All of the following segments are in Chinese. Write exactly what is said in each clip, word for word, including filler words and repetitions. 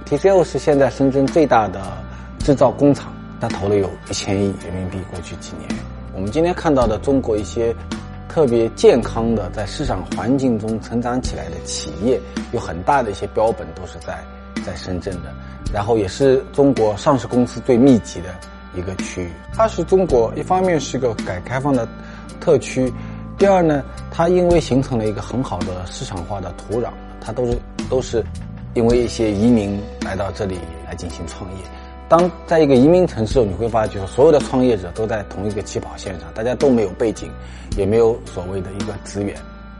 T C L 是现在深圳最大的制造工厂，它投了有一千亿人民币。过去几年，我们今天看到的中国一些特别健康的在市场环境中成长起来的企业，有很大的一些标本都是在在深圳的，然后也是中国上市公司最密集的一个区域。它是中国一方面是个改革开放的特区，第二呢，它因为形成了一个很好的市场化的土壤，它都是都是因为一些移民来到这里来进行创业。当在一个移民城市，你会发觉所有的创业者都在同一个起跑线上，大家都没有背景，也没有所谓的一个资源。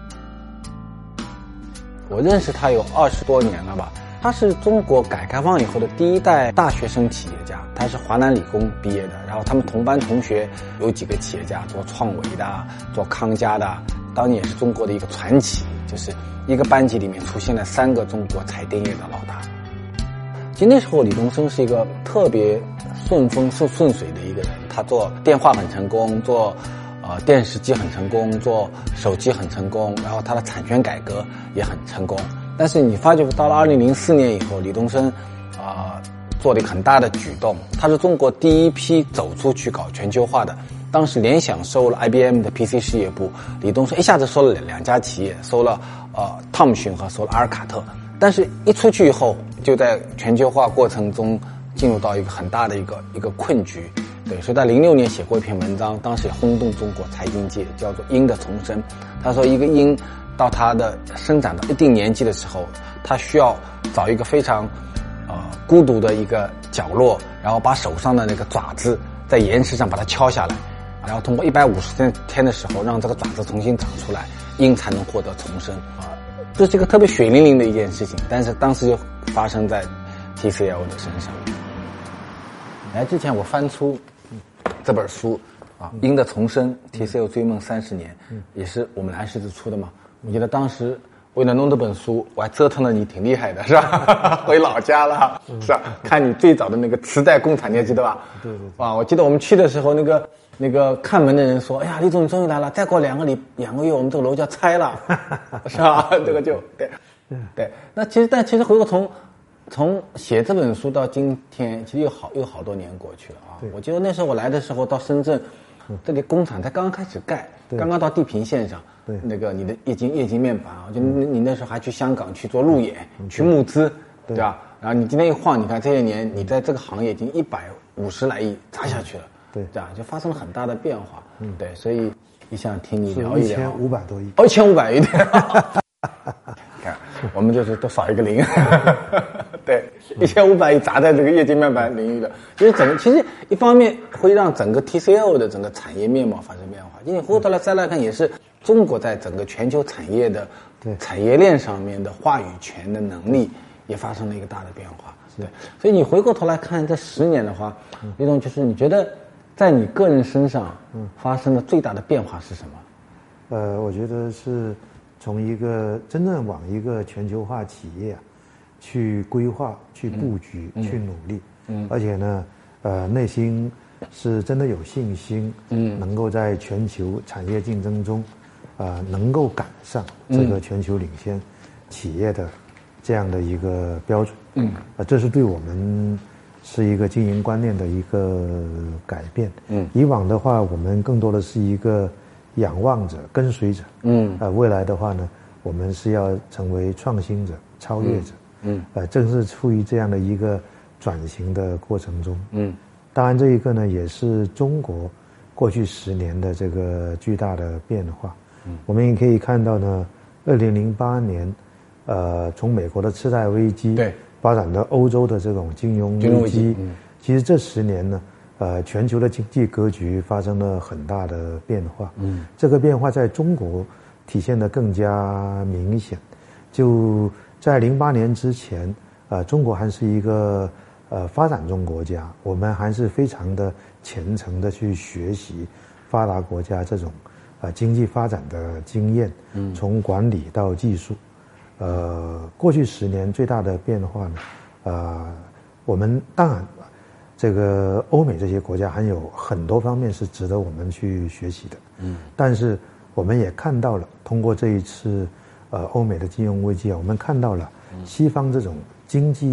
我认识他有二十多年了吧，他是中国改革开放以后的第一代大学生企业家，他是华南理工毕业的，然后他们同班同学有几个企业家，做创维的，做康佳的，当年也是中国的一个传奇，就是一个班级里面出现了三个中国彩电业的老大。其实那时候李东生是一个特别顺风顺顺水的一个人，他做电话很成功，做呃电视机很成功，做手机很成功，然后他的产权改革也很成功。但是你发觉到了二零零四年以后，李东生啊、呃、做了一个很大的举动，他是中国第一批走出去搞全球化的。当时联想收了 I B M 的 P C 事业部，李东生一下子收了两家企业，收了呃汤姆逊和收了阿尔卡特。但是一出去以后，就在全球化过程中进入到一个很大的一个一个困局。对，所以他零六年写过一篇文章，当时也轰动中国财经界，叫做《鹰的重生》。他说，一个鹰到它的生长到一定年纪的时候，它需要找一个非常呃孤独的一个角落，然后把手上的那个爪子在岩石上把它敲下来，然后通过一百五十天的时候让这个爪子重新长出来，鹰才能获得重生啊。这是一个特别血淋淋的一件事情，但是当时就发生在 T C L 的身上。来之前我翻出这本书啊，《鹰的重生》T C L 追梦三十年，也是我们蓝狮子出的嘛。我记得当时为了弄这本书，我还折腾了你挺厉害的，是吧？回老家了，是吧？看你最早的那个磁带工厂，你还记得吧？对对。啊，我记得我们去的时候，那个那个看门的人说：“哎呀，李总你终于来了，再过两个礼两个月，我们这个楼就要拆了，是吧？”这个就对对。那其实，但其实回过从从写这本书到今天，其实有好有好多年过去了啊。我记得那时候我来的时候到深圳，这里工厂才刚刚开始盖，刚刚到地平线上。对，那个你的液晶液晶面板啊，就你你那时候还去香港去做路演，嗯、去募资，对吧？然后你今天一晃，你看这些年你在这个行业已经一百五十来亿砸下去了，对，这样就发生了很大的变化。嗯，对，所以也想听你聊一聊。一千五百多亿， 哦，一千五百亿的，看我们就是都少一个零，对，一千五百亿砸在这个液晶面板领域的，就是整个其实一方面会让整个 T C L 的整个产业面貌发生变化。因为回头来再来看，也是中国在整个全球产业的产业链上面的话语权的能力也发生了一个大的变化。对，所以你回过头来看这十年的话，李总，就是你觉得在你个人身上发生的最大的变化是什么？ 呃，我觉得是从一个真正往一个全球化企业啊去规划、去布局、嗯、去努力，嗯，而且呢，呃，内心是真的有信心，嗯，能够在全球产业竞争中，啊、呃，能够赶上这个全球领先企业的这样的一个标准，嗯，啊、呃，这是对我们是一个经营观念的一个改变，嗯，以往的话，我们更多的是一个仰望者、跟随者，嗯，啊、呃，未来的话呢，我们是要成为创新者、超越者，嗯，啊、呃，正是处于这样的一个转型的过程中，嗯。当然，这一个呢，也是中国过去十年的这个巨大的变化。嗯，我们也可以看到呢，二零零八年，呃，从美国的次贷危机对发展到欧洲的这种金融危机，嗯，其实这十年呢，呃，全球的经济格局发生了很大的变化。嗯，这个变化在中国体现得更加明显。就在零八年之前，呃，中国还是一个呃，发展中国家，我们还是非常的虔诚的去学习发达国家这种呃经济发展的经验，嗯，从管理到技术，呃，过去十年最大的变化呢，呃，我们当然这个欧美这些国家还有很多方面是值得我们去学习的，嗯，但是我们也看到了，通过这一次呃欧美的金融危机啊，我们看到了西方这种经济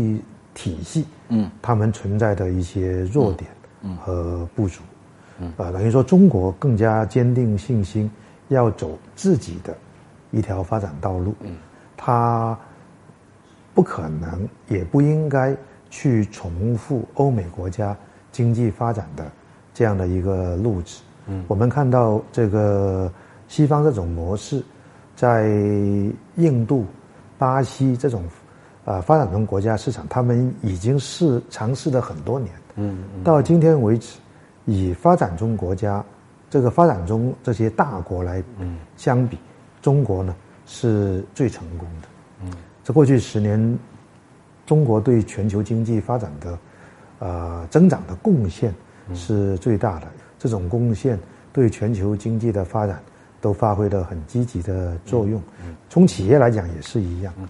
体系，嗯，他们存在的一些弱点和不足，嗯，呃，等于说中国更加坚定信心，要走自己的一条发展道路，嗯，它不可能也不应该去重复欧美国家经济发展的这样的一个路子。嗯，我们看到这个西方这种模式，在印度、巴西这种啊、呃、发展中国家市场，他们已经是尝试了很多年。嗯，嗯到今天为止，以发展中国家这个发展中这些大国来相比，嗯、中国呢是最成功的。嗯。这过去十年，中国对全球经济发展的，呃，增长的贡献是最大的。这种贡献对全球经济的发展都发挥了很积极的作用。从企业来讲也是一样。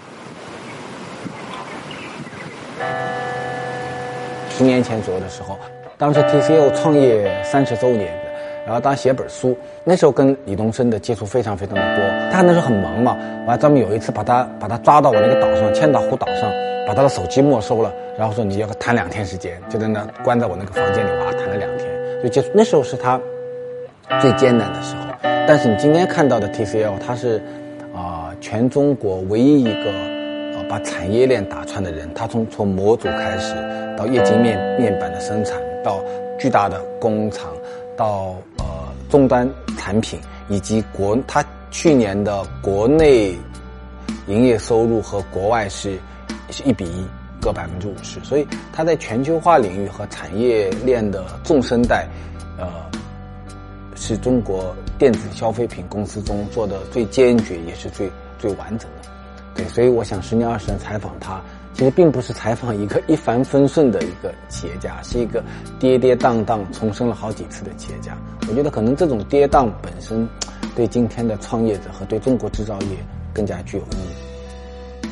十年前左右的时候，当时 T C L 创业三十周年。然后当写本书，那时候跟李东生的接触非常非常的多。他那时候很忙嘛，完专门有一次把他把他抓到我那个岛上，千岛湖岛上，把他的手机没收了，然后说你要谈两天时间，就在那关在我那个房间里，哇，谈了两天，就接触。那时候是他最艰难的时候。但是你今天看到的 T C L， 他是啊、呃、全中国唯一一个啊、呃、把产业链打穿的人。他从从模组开始，到液晶面面板的生产，到巨大的工厂。到呃终端产品，以及国他去年的国内营业收入和国外是是一比一，各百分之五十，所以他在全球化领域和产业链的纵深带，呃，是中国电子消费品公司中做的最坚决，也是最最完整的。对，所以我想十年二十年采访他。其实并不是采访一个一帆风顺的一个企业家，是一个跌跌宕宕重生了好几次的企业家。我觉得可能这种跌宕本身对今天的创业者和对中国制造业更加具有意义。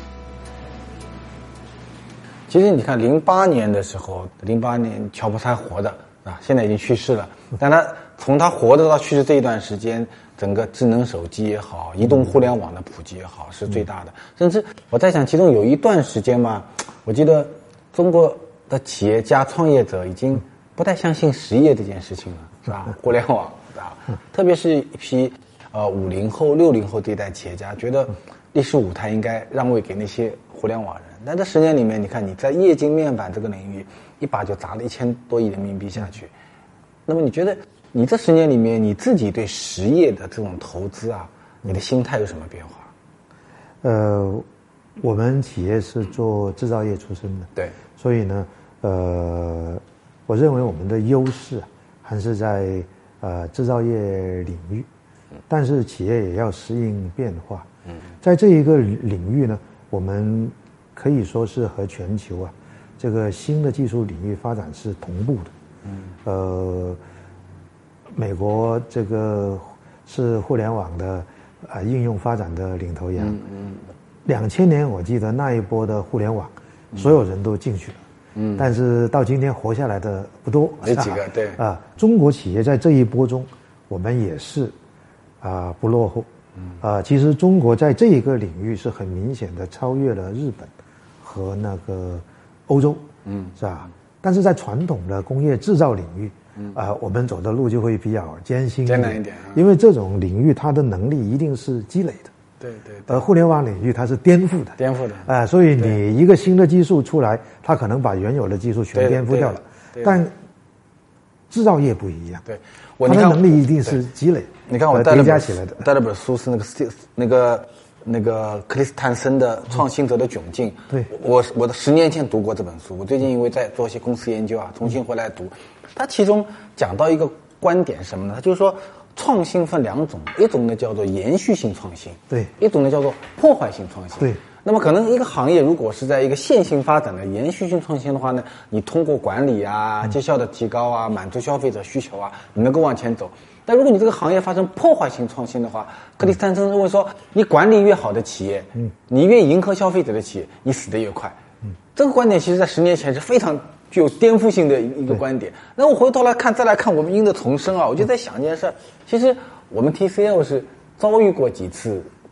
其实你看零八年的时候，零八年乔布斯还活着啊，现在已经去世了，但他从他活着到去世这一段时间，整个智能手机也好，移动互联网的普及也好，是最大的。甚至我在想，其中有一段时间嘛，我记得中国的企业家创业者已经不太相信实业这件事情了，是吧？互联网，是吧？特别是一批呃五零后、六零后这一代企业家，觉得历史舞台应该让位给那些互联网人。但这十年里面，你看你在液晶面板这个领域，一把就砸了一千多亿人民币下去。那么你觉得？你这十年里面，你自己对实业的这种投资啊，你的心态有什么变化？ 呃，我们企业是做制造业出身的， 对， 所以呢，呃，我认为我们的优势还是在呃制造业领域，但是企业也要适应变化。嗯，在这一个领域呢，我们可以说是和全球啊这个新的技术领域发展是同步的。嗯，呃。美国这个是互联网的啊、呃、应用发展的领头羊。嗯，两千年我记得那一波的互联网，嗯、所有人都进去了。嗯，但是到今天活下来的不多， 没几个。对啊，中国企业在这一波中，我们也是啊、呃、不落后。嗯啊，其实中国在这一个领域是很明显的超越了日本和那个欧洲。嗯，是吧？但是在传统的工业制造领域。嗯啊、呃，我们走的路就会比较艰辛一点， 艰难一点、啊， 因为这种领域它的能力一定是积累的。 对对。 而互联网领域它是颠覆的， 颠覆的。 啊、呃，所以你一个新的技术出来，它可能把原有的技术全颠覆掉了。但制造业不一样， 对， 我它的能力一定是积累。 你看我带了叠加起来的， 带了本书是那个那个那个克里斯坦森的《创新者的窘境》。 对， 我我的十年前读过这本书，我最近因为在做一些公司研究啊，重新回来读。他其中讲到一个观点是什么呢？他就是说，创新分两种，一种呢叫做延续性创新， 对； 一种呢叫做破坏性创新， 对。 那么可能一个行业如果是在一个线性发展的延续性创新的话呢，你通过管理啊、绩效的提高啊、满足消费者需求啊，你能够往前走。但如果你这个行业发生破坏性创新的话，克里斯坦森认为说，你管理越好的企业，嗯，你越迎合消费者的企业，你死得越快。嗯，这个观点其实在十年前是非常具有颠覆性的一个观点。那我回头来看，再来看我们鹰的重生啊，我就在想一件事，其实我们 T C L 是遭遇过几次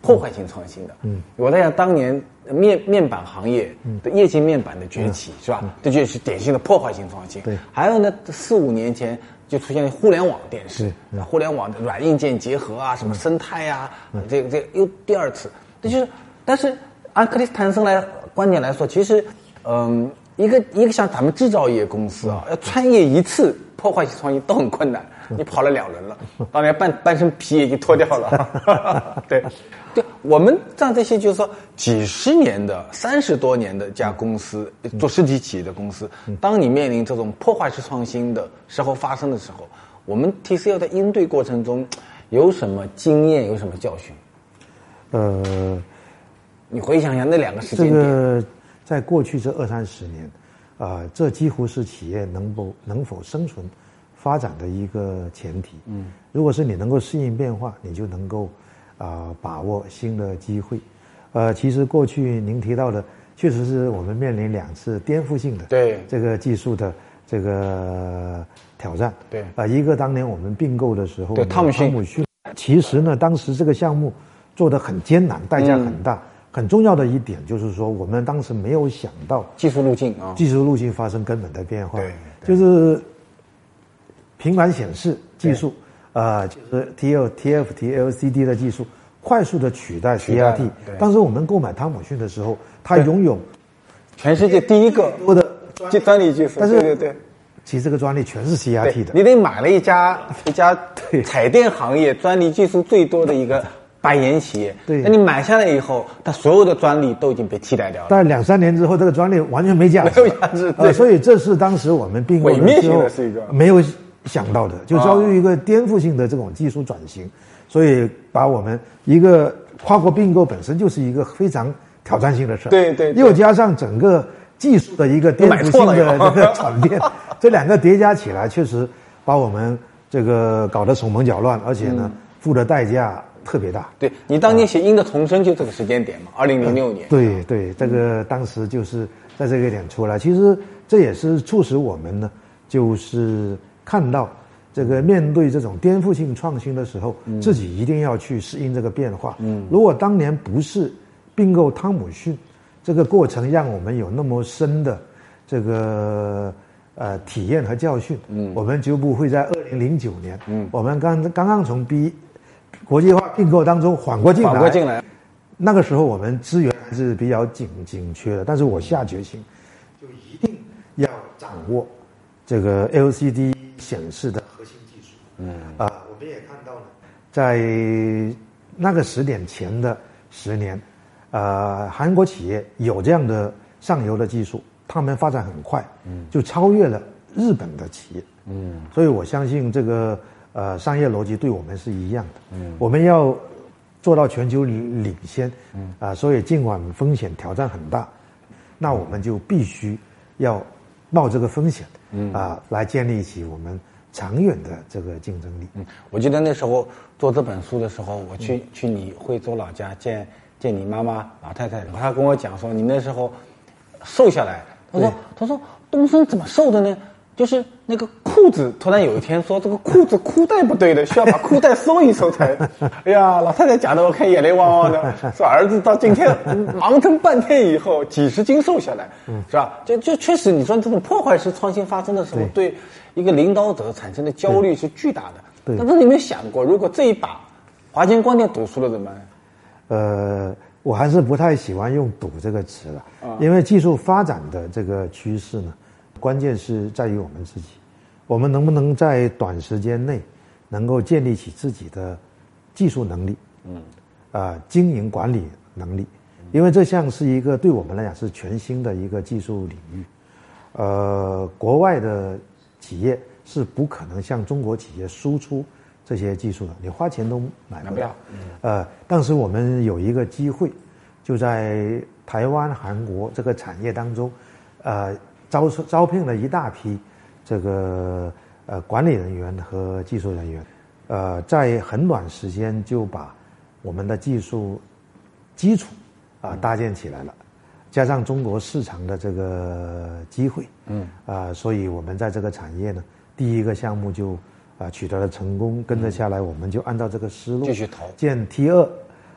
破坏性创新的。嗯，我在想当年面面板行业的液晶面板的崛起，嗯、是吧？嗯、这就是典型的破坏性创新。 对， 还有呢，四五年前就出现了互联网电视，嗯、互联网的软硬件结合啊，什么生态啊，嗯、这个这个又第二次。这就是，但是按克里斯坦森来观点来说，其实，嗯。一个一个像咱们制造业公司啊，要穿越一次破坏性创新都很困难。你跑了两轮了，当然半半身皮已经脱掉了。对，对，我们像这些就是说几十年的、三十多年的一家公司，做实体企业的公司，当你面临这种破坏式创新的时候发生的时候，我们 T C L 在应对过程中有什么经验，有什么教训？呃，你回想一下那两个时间点。 这个在过去这二三十年，啊、呃，这几乎是企业能否能否生存、发展的一个前提。嗯，如果是你能够适应变化，你就能够啊、呃、把握新的机会。呃，其实过去您提到的，确实是我们面临两次颠覆性的对这个技术的这个挑战。 对， 啊、呃，一个当年我们并购的时候， 对汤姆逊， 汤姆逊，其实呢，当时这个项目做得很艰难，代价很大。嗯，很重要的一点就是说，我们当时没有想到技术路径啊， 技术路径发生根本的变化。 对， 就是平板显示技术，啊、呃，就是 T L T F T L C D 的技术，快速的取代 C R T。当时我们购买汤姆逊的时候，它拥有全世界第一个多的专利技术， 但是对对对。 其实这个专利全是 C R T 的， 你得买了一家一家彩电行业专利技术最多的一个百年企业， 对， 那你买下来以后，它所有的专利都已经被替代掉了。 但两三年之后，这个专利完全没价值， 没有价值。对、 呃，所以这是当时我们并购毁灭性的是一个没有想到的，就遭遇一个颠覆性的这种技术转型，啊、所以把我们一个跨国并购本身就是一个非常挑战性的事， 对 对, 对， 又加上整个技术的一个颠覆性的这个转变，这两个叠加起来，确实把我们这个搞得手忙脚乱，而且呢，嗯、付的代价特别大。 对，你当年写《鹰的重生》就这个时间点嘛，二零零六年。 对对，这个当时就是在这个点出来。其实这也是促使我们呢，就是看到这个面对这种颠覆性创新的时候，嗯、自己一定要去适应这个变化。嗯，如果当年不是并购汤姆逊这个过程，让我们有那么深的这个呃体验和教训，嗯，我们就不会在二零零九年，嗯，我们刚刚刚从 B。国际化并购当中缓过劲来， 缓过劲来。 那个时候我们资源还是比较紧紧缺的，但是我下决心，就一定要掌握这个 L C D 显示的核心技术。嗯，啊、呃，我们也看到了，在那个时点前的十年，呃，韩国企业有这样的上游的技术，他们发展很快，嗯，就超越了日本的企业。嗯，所以我相信这个。呃，商业逻辑对我们是一样的。嗯，我们要做到全球领先。嗯，啊、呃，所以尽管风险挑战很大，那我们就必须要冒这个风险。嗯，啊、呃，来建立起我们长远的这个竞争力。 嗯，我记得那时候做这本书的时候，我去、嗯、去你惠州老家见见你妈妈老太太，她跟我讲说，你那时候瘦下来。她说，她说东升怎么瘦的呢？就是那个裤子，突然有一天说这个裤子裤带不对的，需要把裤带收一收才。哎呀，老太太讲的我看眼泪汪汪的，说儿子到今天忙腾半天以后几十斤瘦下来，是吧？就就确实，你说这种破坏式创新发生的时候，对一个领导者产生的焦虑是巨大的。对，但是你有没有想过，如果这一把华坚光电赌输了怎么办？ 呃，我还是不太喜欢用赌这个词了，嗯、因为技术发展的这个趋势呢。关键是在于我们自己，我们能不能在短时间内能够建立起自己的技术能力，嗯，啊、呃，经营管理能力，因为这项是一个对我们来讲是全新的一个技术领域，呃，国外的企业是不可能向中国企业输出这些技术的，你花钱都买不到。嗯、呃，当时我们有一个机会，就在台湾、韩国这个产业当中，呃。招招聘了一大批这个呃管理人员和技术人员，呃，在很短时间就把我们的技术基础啊、呃、搭建起来了，加上中国市场的这个机会，嗯啊、呃，所以我们在这个产业呢，第一个项目就啊、呃、取得了成功，跟着下来我们就按照这个思路继续投建 T 二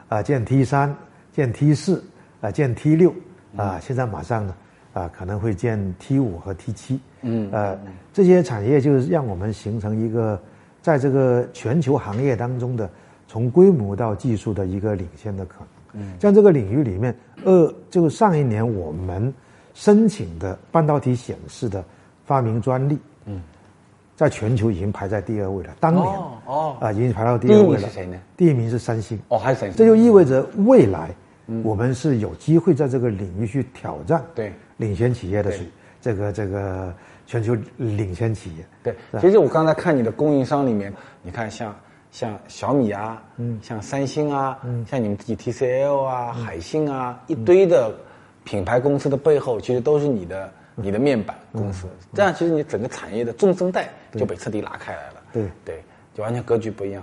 啊建 T 三、建 T 四、啊建 T 六，啊现在马上呢啊可能会建 T 五和 T 七。嗯，呃，这些产业就是让我们形成一个在这个全球行业当中的从规模到技术的一个领先的可能。嗯，像这个领域里面，呃，就上一年我们申请的半导体显示的发明专利，嗯，在全球已经排在第二位了。当年哦哦啊，已经排到第二位了。 第一名是谁呢？ 第一名是三星。 哦，还是三星。 这就意味着未来，嗯，我们是有机会在这个领域去挑战对领先企业的水，这个这个全球领先企业。 对，其实我刚才看你的供应商里面，你看像像小米啊，嗯，像三星啊，嗯，像你们自己 T C L 啊、嗯、海信啊，一堆的品牌公司的背后，其实都是你的。你的面板公司，嗯、这样其实你整个产业的中生代就被彻底拉开来了。 对对，就完全格局不一样。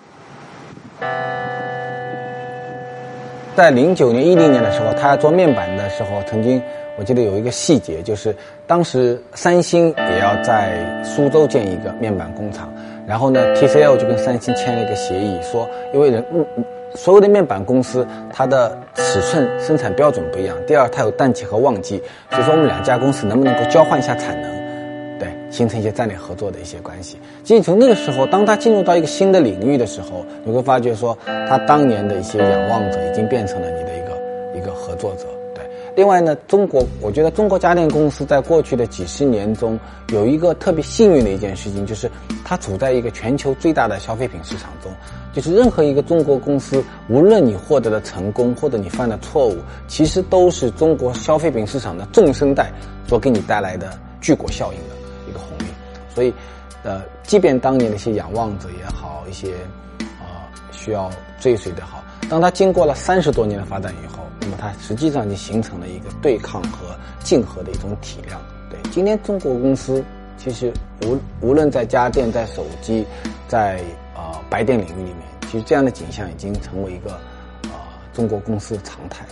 在零九年、一零年的时候，他做面板的时候，曾经我记得有一个细节，就是当时三星也要在苏州建一个面板工厂，然后呢 ，T C L 就跟三星签了一个协议，说因为人嗯。所有的面板公司，它的尺寸生产标准不一样。第二，它有淡季和旺季，所以说我们两家公司能不能够交换一下产能，对，形成一些战略合作的一些关系。其实从那个时候，当他进入到一个新的领域的时候，你会发觉说，他当年的一些仰望者已经变成了你的一个一个合作者。对，另外呢，中国，我觉得中国家电公司在过去的几十年中，有一个特别幸运的一件事情，就是它处在一个全球最大的消费品市场中。就是任何一个中国公司，无论你获得的成功或者你犯的错误，其实都是中国消费品市场的众生代所给你带来的巨果效应的一个红利。所以，呃，即便当年的一些仰望者也好，一些啊、呃、需要追随的好，当它经过了三十多年的发展以后，那么它实际上就形成了一个对抗和竞合的一种体量。对，今天中国公司其实无无论在家电、在手机、在呃，白电领域里面，其实这样的景象已经成为一个呃中国公司的常态。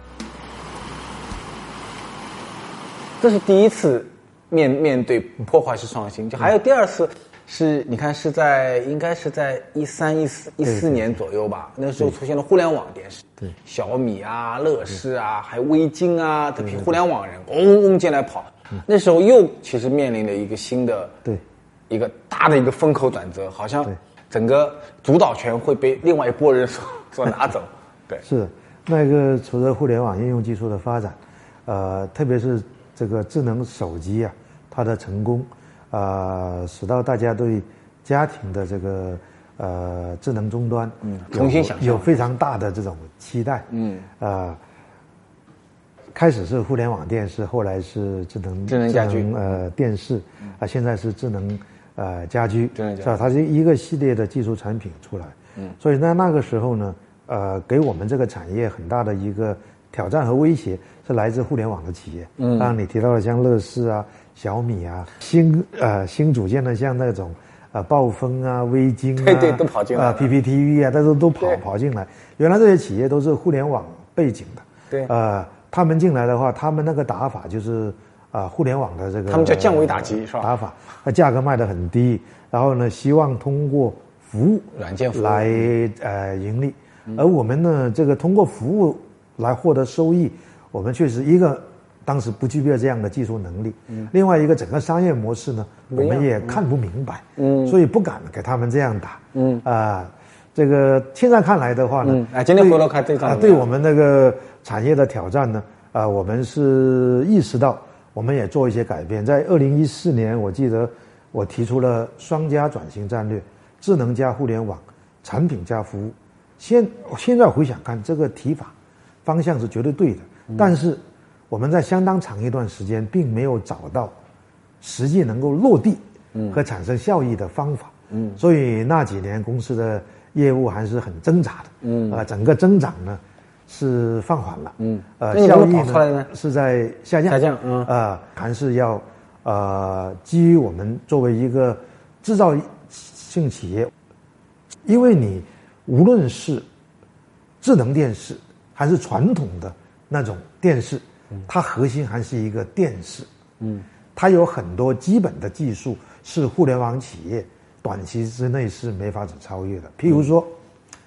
这是第一次面面对破坏式创新，就还有第二次是，你看是在应该是在一三一四一四年左右吧，那时候出现了互联网电视， 对， 小米啊、乐视啊，还有微晶啊这批互联网人嗡嗡进来跑，那时候又其实面临了一个新的对一个大的一个风口转折，好像。整个主导权会被另外一拨人所所拿走，对， 是那个随着互联网应用技术的发展，呃，特别是这个智能手机啊，它的成功，啊、呃，使到大家对家庭的这个呃智能终端， 嗯，重新想象有非常大的这种期待，嗯，呃，开始是互联网电视，后来是智能智能家居， 呃，电视，啊、呃，现在是智能。呃，家居是吧？它是一个系列的技术产品出来，嗯，所以在那个时候呢，呃，给我们这个产业很大的一个挑战和威胁是来自互联网的企业，嗯，当然你提到的像乐视啊、小米啊，新呃新组建的像那种呃暴风啊、微晶啊， 对对，都跑进来啊、呃、，P P T V 啊，但是都跑跑进来。原来这些企业都是互联网背景的， 对， 呃，他们进来的话，他们那个打法就是。啊，互联网的这个他们叫降维打击是吧？ 打法，那价格卖得很低，然后呢，希望通过服务软件服务来呃盈利，嗯、而我们呢，这个通过服务来获得收益，我们确实一个当时不具备这样的技术能力，嗯，另外一个整个商业模式呢，我们也看不明白，嗯，所以不敢给他们这样打，嗯啊、呃，这个现在看来的话呢， 嗯、啊，今天回头看这张、 啊，对我们那个产业的挑战呢，啊、呃，我们是意识到。我们也做一些改变，在二零一四年，我记得我提出了双加转型战略，智能加互联网，产品加服务。现现在回想看，这个提法方向是绝对对的，嗯、但是我们在相当长一段时间并没有找到实际能够落地和产生效益的方法。嗯，所以那几年公司的业务还是很挣扎的。嗯，啊、呃，整个增长呢。是放缓了，嗯，呃，效益呢是在下降， 下降，嗯， 啊、呃，还是要，呃，基于我们作为一个制造性企业，因为你无论是智能电视还是传统的那种电视，嗯、它核心还是一个电视，嗯，它有很多基本的技术是互联网企业短期之内是没法子超越的，譬如说。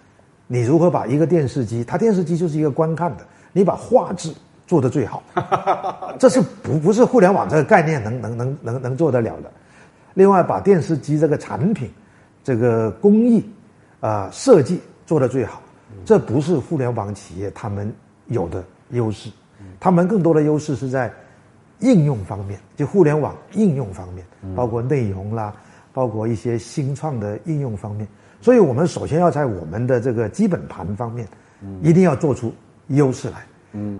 你如何把一个电视机，它电视机就是一个观看的，你把画质做得最好，这是不不是互联网这个概念能能能能能做得了的。另外，把电视机这个产品、这个工艺啊、呃、设计做得最好，这不是互联网企业他们有的优势，他们更多的优势是在应用方面，就互联网应用方面，包括内容啦，包括一些新创的应用方面。所以我们首先要在我们的这个基本盘方面，一定要做出优势来。嗯。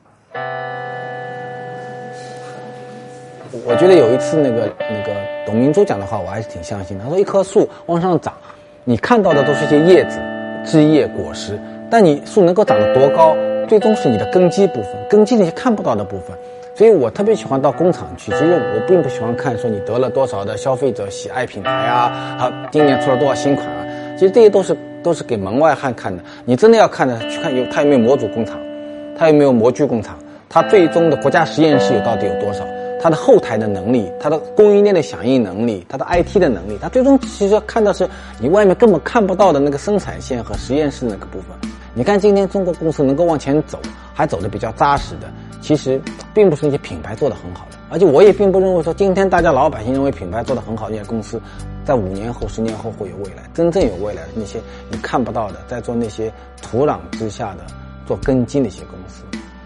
我觉得有一次那个那个董明珠讲的话，我还是挺相信的。他说，一棵树往上长，你看到的都是一些叶子、枝叶、果实，但你树能够长得多高，最终是你的根基部分，根基那些看不到的部分。所以我特别喜欢到工厂去，其实我并不喜欢看说你得了多少的消费者喜爱品牌啊，啊，今年出了多少新款啊，其实这些都是都是给门外汉看的。你真的要看的，去看有它有没有模组工厂，它有没有模具工厂，它最终的国家实验室有到底有多少，它的后台的能力，它的供应链的响应能力，它的 I T 的能力，它最终其实要看到是你外面根本看不到的那个生产线和实验室那个部分。你看今天中国公司能够往前走，还走得比较扎实的，其实并不是那些品牌做得很好的。而且我也并不认为说今天大家老百姓认为品牌做得很好，这些公司在五年后十年后会有未来。真正有未来的那些你看不到的，在做那些土壤之下的做根基那些公司。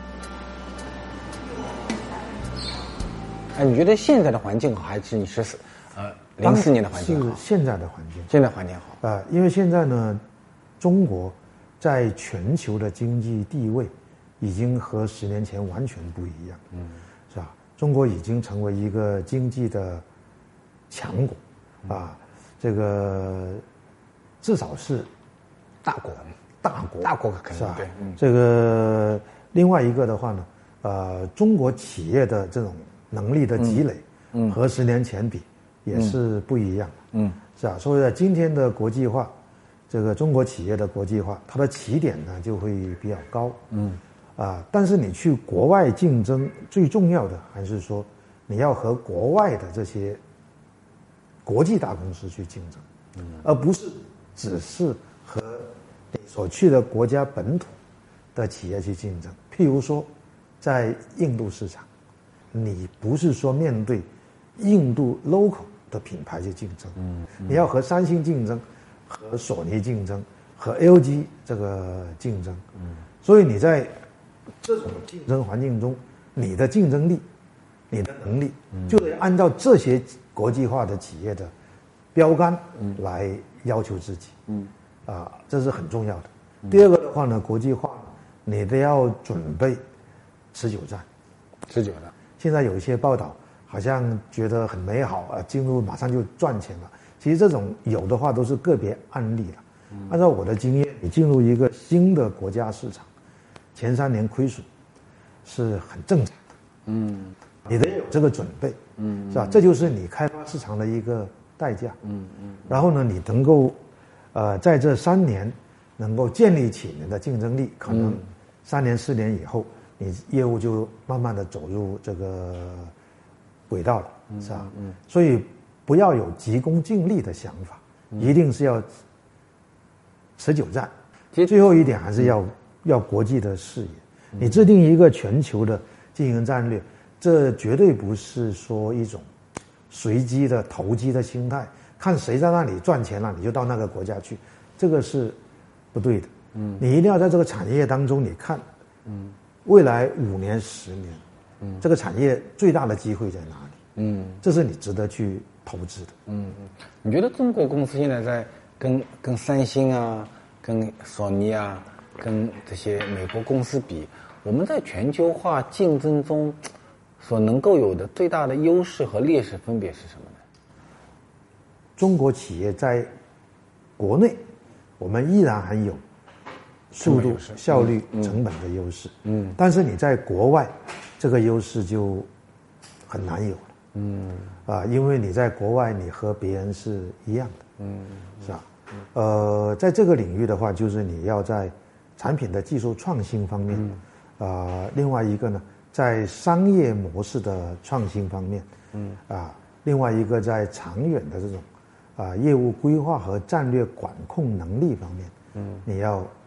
哎，你觉得现在的环境好，还是你是呃零四年的环境好？ 是现在的环境， 现在环境好啊、呃，因为现在呢，中国在全球的经济地位已经和十年前完全不一样，嗯，是吧？中国已经成为一个经济的强国，啊，这个至少是大国， 大国， 大国肯定对。 嗯，这个另外一个的话呢，呃，中国企业的这种能力的积累，嗯，和十年前比也是不一样的，嗯，是吧？所以在今天的国际化。这个中国企业的国际化，它的起点呢就会比较高，嗯，啊，但是你去国外竞争，最重要的还是说你要和国外的这些国际大公司去竞争，嗯，而不是只是和你所去的国家本土的企业去竞争。譬如说，在印度市场，你不是说面对印度 local 的品牌去竞争，嗯，你要和三星竞争。和索尼竞争，和 L G 这个竞争，嗯，所以你在这种竞争环境中，你的竞争力、你的能力，就得按照这些国际化的企业的标杆来要求自己，嗯，啊，这是很重要的。嗯、第二个的话呢，国际化，你得要准备持久战， 持久的。 现在有一些报道，好像觉得很美好啊，进入马上就赚钱了。其实这种有的话都是个别案例了。按照我的经验，你进入一个新的国家市场，前三年亏损是很正常的。嗯，你得有这个准备。嗯，是吧？这就是你开发市场的一个代价。嗯嗯。然后呢，你能够，呃，在这三年能够建立起你的竞争力，可能三年四年以后，你业务就慢慢的走入这个轨道了，是吧？嗯。所以。不要有急功近利的想法，一定是要持久战。其实最后一点还是要、嗯、要国际的视野。你制定一个全球的经营战略，这绝对不是说一种随机的投机的心态，看谁在那里赚钱了，你就到那个国家去，这个是不对的。嗯，你一定要在这个产业当中，你看，嗯，未来五年、十年，嗯，这个产业最大的机会在哪里？嗯，这是你值得去投资的。 嗯嗯，你觉得中国公司现在在跟跟三星啊、跟索尼啊、跟这些美国公司比，我们在全球化竞争中所能够有的最大的优势和劣势分别是什么呢？ 中国企业在国内，我们依然还有速度、效率、嗯、成本的优势。嗯，但是你在国外，这个优势就很难有了。嗯啊，因为你在国外，你和别人是一样的，嗯，是吧？呃，在这个领域的话，就是你要在产品的技术创新方面，啊、嗯呃，另外一个呢，在商业模式的创新方面，嗯啊，另外一个在长远的这种啊业务规划和战略管控能力方面，嗯，你要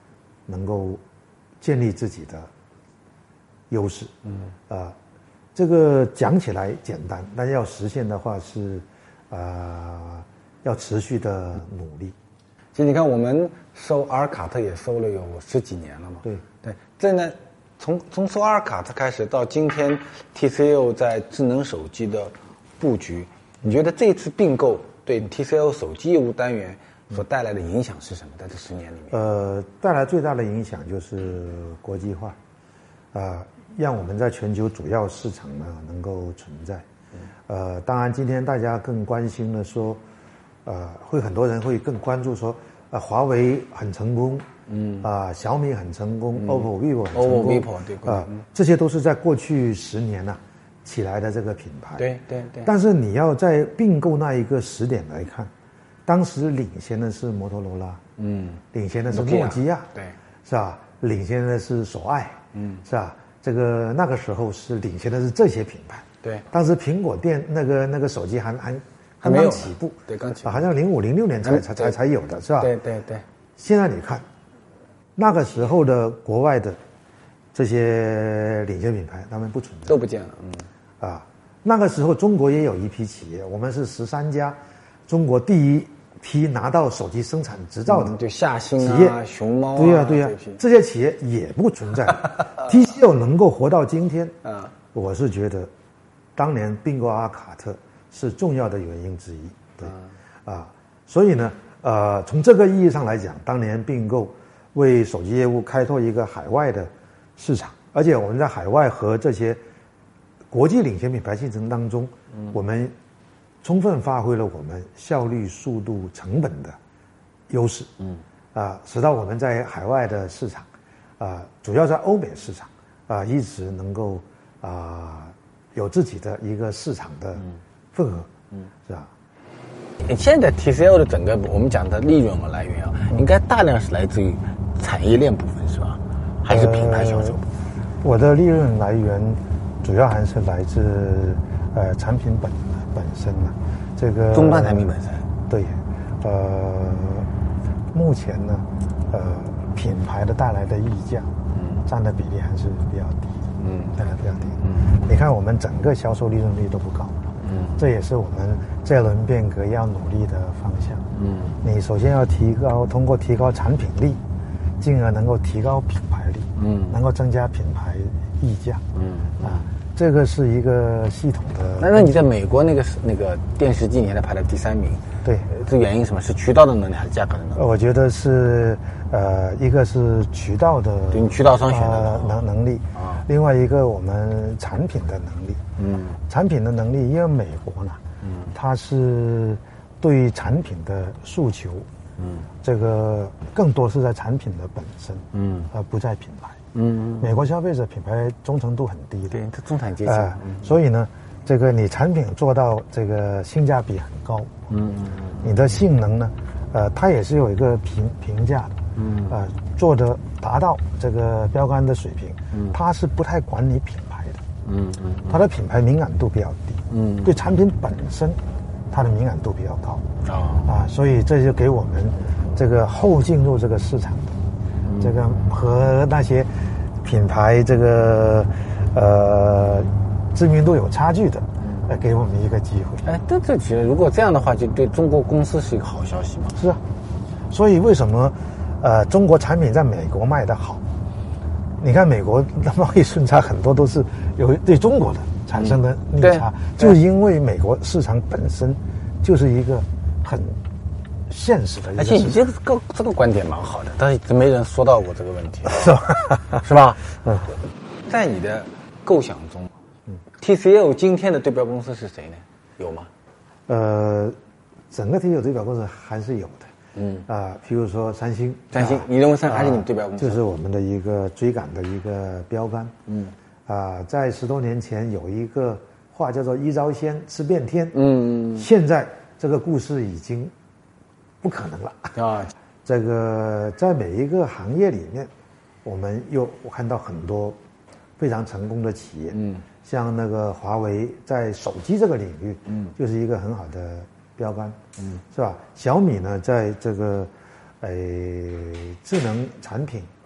能够建立自己的优势。嗯，啊、呃，这个讲起来简单，但要实现的话是，啊、呃，要持续的努力。 其实你看，我们收阿尔卡特也收了有十几年了嘛。 对对，这呢，从从收阿尔卡特开始到今天 T C L 在智能手机的布局，你觉得这次并购对 T C L 手机业务单元所带来的影响是什么？在这十年里面， 呃，带来最大的影响就是国际化，啊、呃，让我们在全球主要市场呢能够存在。呃，当然今天大家更关心的说，呃，会很多人会更关注说，呃，华为很成功，嗯，啊、呃，小米很成功、嗯、，O P P O、vivo 很成功 ，O P P O、vivo 对， 啊、呃，这些都是在过去十年呐、啊、起来的这个品牌。 对对对。 但是你要在并购那一个时点来看，当时领先的是摩托罗拉，嗯，领先的是诺基亚， 对， 是吧？领先的是索爱，嗯，是吧？这个那个时候是领先的是这些品牌。 对， 当时苹果电那个那个手机还还还刚起步， 对，刚起步， 好像零五零六年才才才才有的是吧？ 对对对。 现在你看，那个时候的国外的这些领先品牌，他们不存在， 都不见了，嗯。 啊，那个时候中国也有一批企业，我们是十三家，中国第一批拿到手机生产执照的， 嗯、就夏兴企业啊、熊猫啊， 对呀、啊、对呀、啊，这些企业也不存在。T C L 能够活到今天，啊，我是觉得。当年并购阿尔卡特是重要的原因之一，对，嗯、啊，所以呢，呃，从这个意义上来讲，当年并购为手机业务开拓一个海外的市场，而且我们在海外和这些国际领先品牌竞争当中，嗯、我们充分发挥了我们效率、速度、成本的优势，嗯，啊，使到我们在海外的市场，啊，主要在欧美市场，啊，一直能够啊。有自己的一个市场的份额，嗯，是吧？ 现在 T C L 的整个我们讲的利润的来源啊，嗯、应该大量是来自于产业链部分，是吧？还是品牌销售？ 呃、我的利润来源主要还是来自呃产品本本身呢、啊，这个终端产品本身。 对，呃，目前呢，呃，品牌的带来的溢价，嗯，占的比例还是比较低。嗯，占的比较低。嗯，你看我们整个销售利润率都不高。嗯，这也是我们这轮变革要努力的方向。嗯，你首先要提高，通过提高产品力，进而能够提高品牌力。嗯，能够增加品牌溢价。嗯，啊，这个是一个系统的。 那那你在美国那个那个电视机，你还排了第三名。 对， 这原因什么？是渠道的能力还是价格的能力？ 我觉得是，呃，一个是渠道的， 对你渠道商选的、 呃、能能力啊，另外一个我们产品的能力。嗯，产品的能力，因为美国呢，嗯，它是对产品的诉求，嗯，这个更多是在产品的本身，嗯，而不在品牌。嗯，美国消费者品牌忠诚度很低的， 对，它中产阶级， 呃嗯、所以呢。这个你产品做到这个性价比很高，嗯，你的性能呢，呃，它也是有一个评评价的，嗯，呃，做的达到这个标杆的水平，嗯，它是不太管你品牌的，嗯嗯，它的品牌敏感度比较低，嗯，对产品本身，它的敏感度比较高，啊、哦、啊，所以这就给我们这个后进入这个市场的，嗯、这个和那些品牌这个呃。知名度有差距的，呃，给我们一个机会。 哎，但这其实如果这样的话，就对中国公司是一个好消息嘛？ 是啊，所以为什么，呃，中国产品在美国卖得好？你看美国的贸易顺差很多都是有对中国的产生的逆差，嗯、就因为美国市场本身就是一个很现实的一个市场。 而且你这个这个观点蛮好的，但是一直没人说到过这个问题，是吧？是吧？嗯，在你的构想中。T C L 今天的对标公司是谁呢？有吗？ 呃，整个 T C L 对标公司还是有的。嗯啊、呃，譬如说三星， 三星，你认为三星还是你们对标公司？ 就是我们的一个追赶的一个标杆。嗯啊、呃，在十多年前有一个话叫做“一招鲜吃遍天”。嗯，现在这个故事已经不可能了啊。这个在每一个行业里面，我们又我看到很多非常成功的企业。嗯。像那个华为在手机这个领域，嗯，就是一个很好的标杆，嗯，是吧？小米呢，在这个，呃，智能产品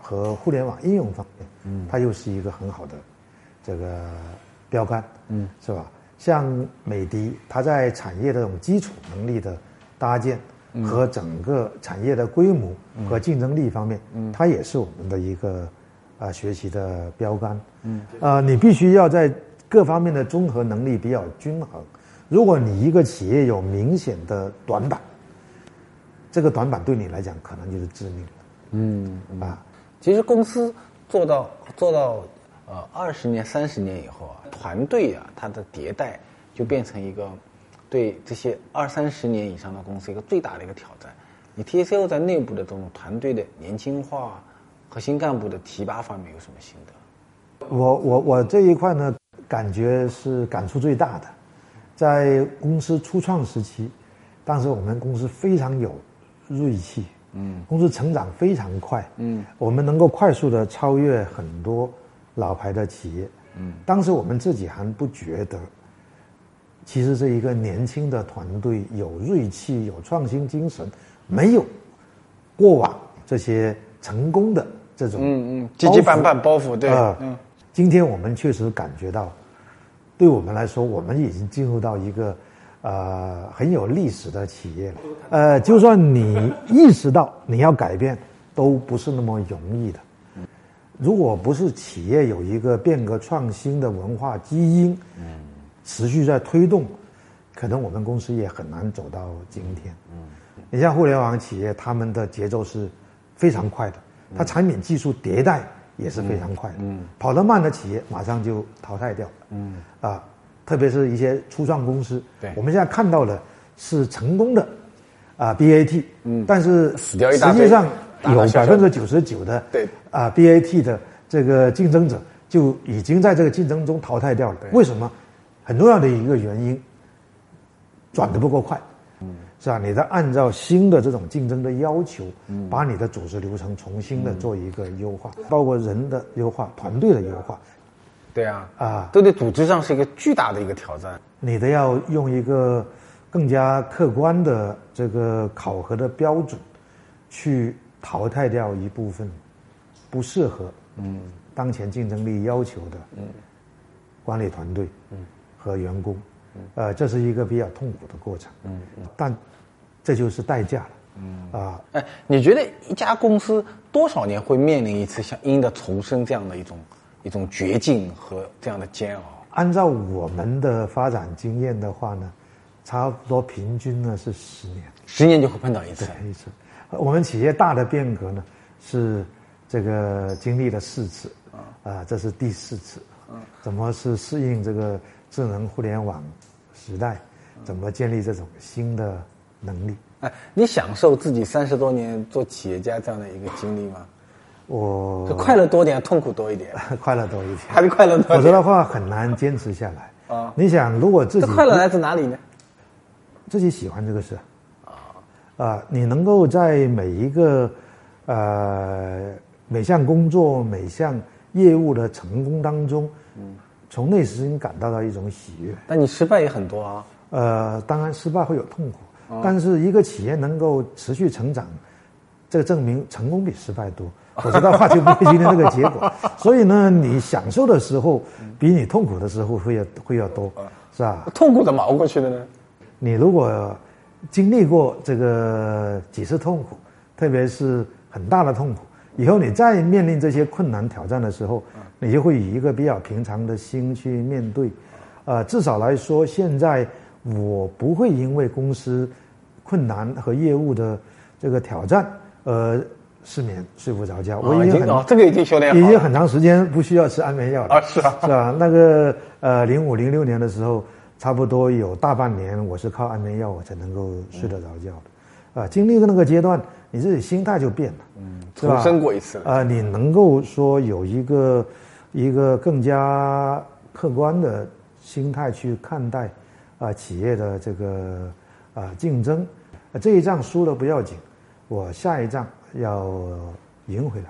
和互联网应用方面，嗯，它又是一个很好的这个标杆，嗯，是吧？像美的，它在产业的这种基础能力的搭建和整个产业的规模和竞争力方面，嗯，它也是我们的一个啊、呃、学习的标杆，嗯，呃，你必须要在各方面的综合能力比较均衡。如果你一个企业有明显的短板，这个短板对你来讲可能就是致命的。嗯啊， 其实公司做到做到呃二十年、三十年以后啊，团队啊，它的迭代就变成一个对这些二三十年以上的公司一个最大的一个挑战。你 T C O 在内部的这种团队的年轻化、核心干部的提拔方面有什么心得？ 我我我这一块呢，感觉是感触最大的。在公司初创时期，当时我们公司非常有锐气，嗯，公司成长非常快，嗯，我们能够快速的超越很多老牌的企业，嗯，当时我们自己还不觉得，其实这一个年轻的团队有锐气、有创新精神，没有过往这些成功的这种嗯嗯积极板板包袱，对， 呃、嗯，今天我们确实感觉到。对我们来说，我们已经进入到一个呃很有历史的企业了。呃，就算你意识到你要改变，都不是那么容易的。如果不是企业有一个变革创新的文化基因，持续在推动，可能我们公司也很难走到今天。你像互联网企业，他们的节奏是非常快的，它产品技术迭代也是非常快的，嗯，跑得慢的企业马上就淘汰掉，嗯，啊，特别是一些初创公司，对，我们现在看到的是成功的，啊 B A T， 嗯，但是死掉一大堆， 实际上有百分之九十九的对啊 B A T 的这个竞争者就已经在这个竞争中淘汰掉了。为什么？很重要的一个原因，转得不够快。嗯，是吧？你得按照新的这种竞争的要求，嗯，把你的组织流程重新的做一个优化，嗯，包括人的优化、团队的优化。 对啊，啊，都对组织上是一个巨大的一个挑战。 你得要用一个更加客观的这个考核的标准，去淘汰掉一部分不适合嗯当前竞争力要求的嗯管理团队嗯和员工。呃，这是一个比较痛苦的过程，嗯嗯，但这就是代价了，嗯啊， 哎，你觉得一家公司多少年会面临一次像因的重生这样的一种一种绝境和这样的煎熬？ 按照我们的发展经验的话呢，差不多平均呢是十年， 十年就会碰到一次， 对，一次。我们企业大的变革呢是这个经历了四次，啊、呃，这是第四次，嗯，怎么是适应这个智能互联网时代，怎么建立这种新的能力？ 哎，你享受自己三十多年做企业家这样的一个经历吗？ 我快乐多点，痛苦多一点。 快乐多一点， 还是快乐多一点。 否则的话很难坚持下来啊。你想，如果自己这快乐来自哪里呢？ 自己喜欢这个事啊啊，你能够在每一个呃每项工作、每项业务的成功当中，嗯。从内心感到到一种喜悦， 但你失败也很多啊。 呃，当然失败会有痛苦，哦、但是一个企业能够持续成长，这个证明成功比失败多，否则的话就不会今天这个结果。所以呢，你享受的时候比你痛苦的时候会要会要多，是吧？ 痛苦怎么熬过去的呢？ 你如果经历过这个几次痛苦，特别是很大的痛苦，以后你再面临这些困难挑战的时候，你就会以一个比较平常的心去面对。呃，至少来说，现在我不会因为公司困难和业务的这个挑战，呃，失眠睡不着觉。我已经很、 哦、这个已经修炼好了， 已经很长时间不需要吃安眠药了。 啊，是啊， 是吧？那个呃，零五零六年的时候，差不多有大半年我是靠安眠药我才能够睡得着觉的。啊、嗯呃，经历过那个阶段，你自己心态就变了。 嗯，重生过一次了。 啊、呃，你能够说有一个一个更加客观的心态去看待啊、呃、企业的这个啊、呃、竞争。呃，这一仗输了不要紧，我下一仗要赢回来。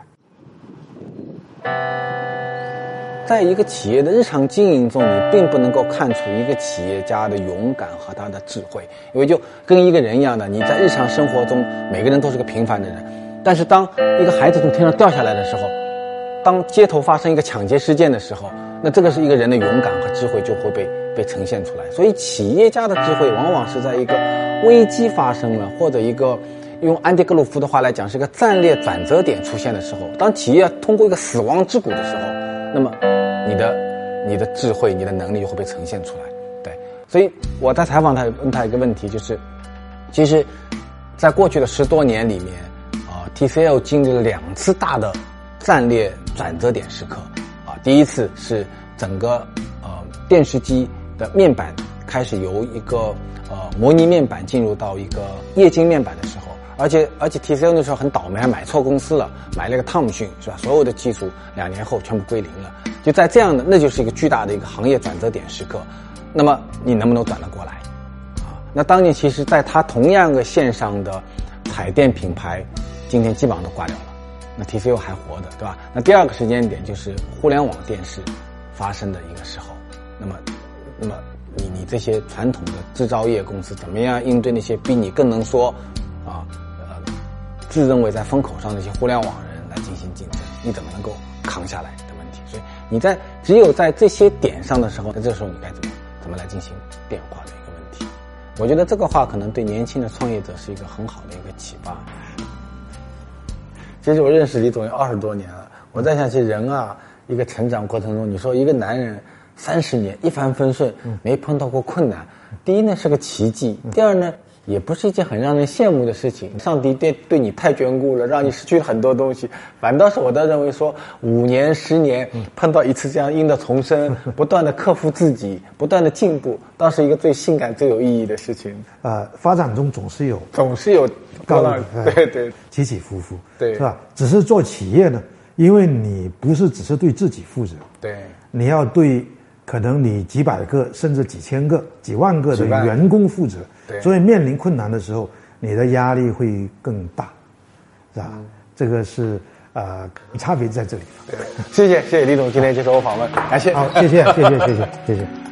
在一个企业的日常经营中，你并不能够看出一个企业家的勇敢和他的智慧，因为就跟一个人一样的，你在日常生活中每个人都是个平凡的人， 但是当一个孩子从天上掉下来的时候，当街头发生一个抢劫事件的时候，那这个是一个人的勇敢和智慧就会被被呈现出来。所以企业家的智慧往往是在一个危机发生了，或者一个用安迪格鲁夫的话来讲是一个战略转折点出现的时候，当企业通过一个死亡之谷的时候，那么你的你的智慧你的能力就会被呈现出来。对，所以我在采访他问他一个问题，就是其实在过去的十多年里面啊、呃、T C L 经历了两次大的战略转折点时刻啊，第一次是整个呃电视机的面板开始由一个呃模拟面板进入到一个液晶面板的时候，而且而且 T C L 那时候很倒霉，还买错公司了，买了一个汤姆逊是吧？所有的技术两年后全部归零了。就在这样的，那就是一个巨大的一个行业转折点时刻。那么你能不能转得过来啊？那当年其实在它同样个线上的彩电品牌，今天基本上都挂掉了。那 T C L 还活的，对吧？那第二个时间点就是互联网电视发生的一个时候。那么，那么你你这些传统的制造业公司怎么样应对那些比你更能说啊呃自认为在风口上的一些互联网人来进行竞争？你怎么能够扛下来的问题？所以你在只有在这些点上的时候，那这时候你该怎么怎么来进行变化的一个问题？我觉得这个话可能对年轻的创业者是一个很好的一个启发。其实我认识李总有二十多年了，我在想，其实人啊，一个成长过程中，你说一个男人三十年一帆风顺，没碰到过困难，第一呢是个奇迹，第二呢也不是一件很让人羡慕的事情。上帝对对你太眷顾了，让你失去了很多东西。反倒是我倒认为说，五年十年碰到一次这样阴的重生，不断的克服自己，不断的进步，倒是一个最性感、最有意义的事情。 呃，发展中总是有总是有高低， 对对， 起起伏伏， 对， 是吧？只是做企业呢，因为你不是只是对自己负责， 对， 你要对可能你几百个甚至几千个、几万个的员工负责， 对， 所以面临困难的时候，你的压力会更大，是吧？嗯、这个是呃差别在这里。 对，谢谢谢谢李总今天接受我访问，感谢。 好，谢谢谢谢谢谢谢谢。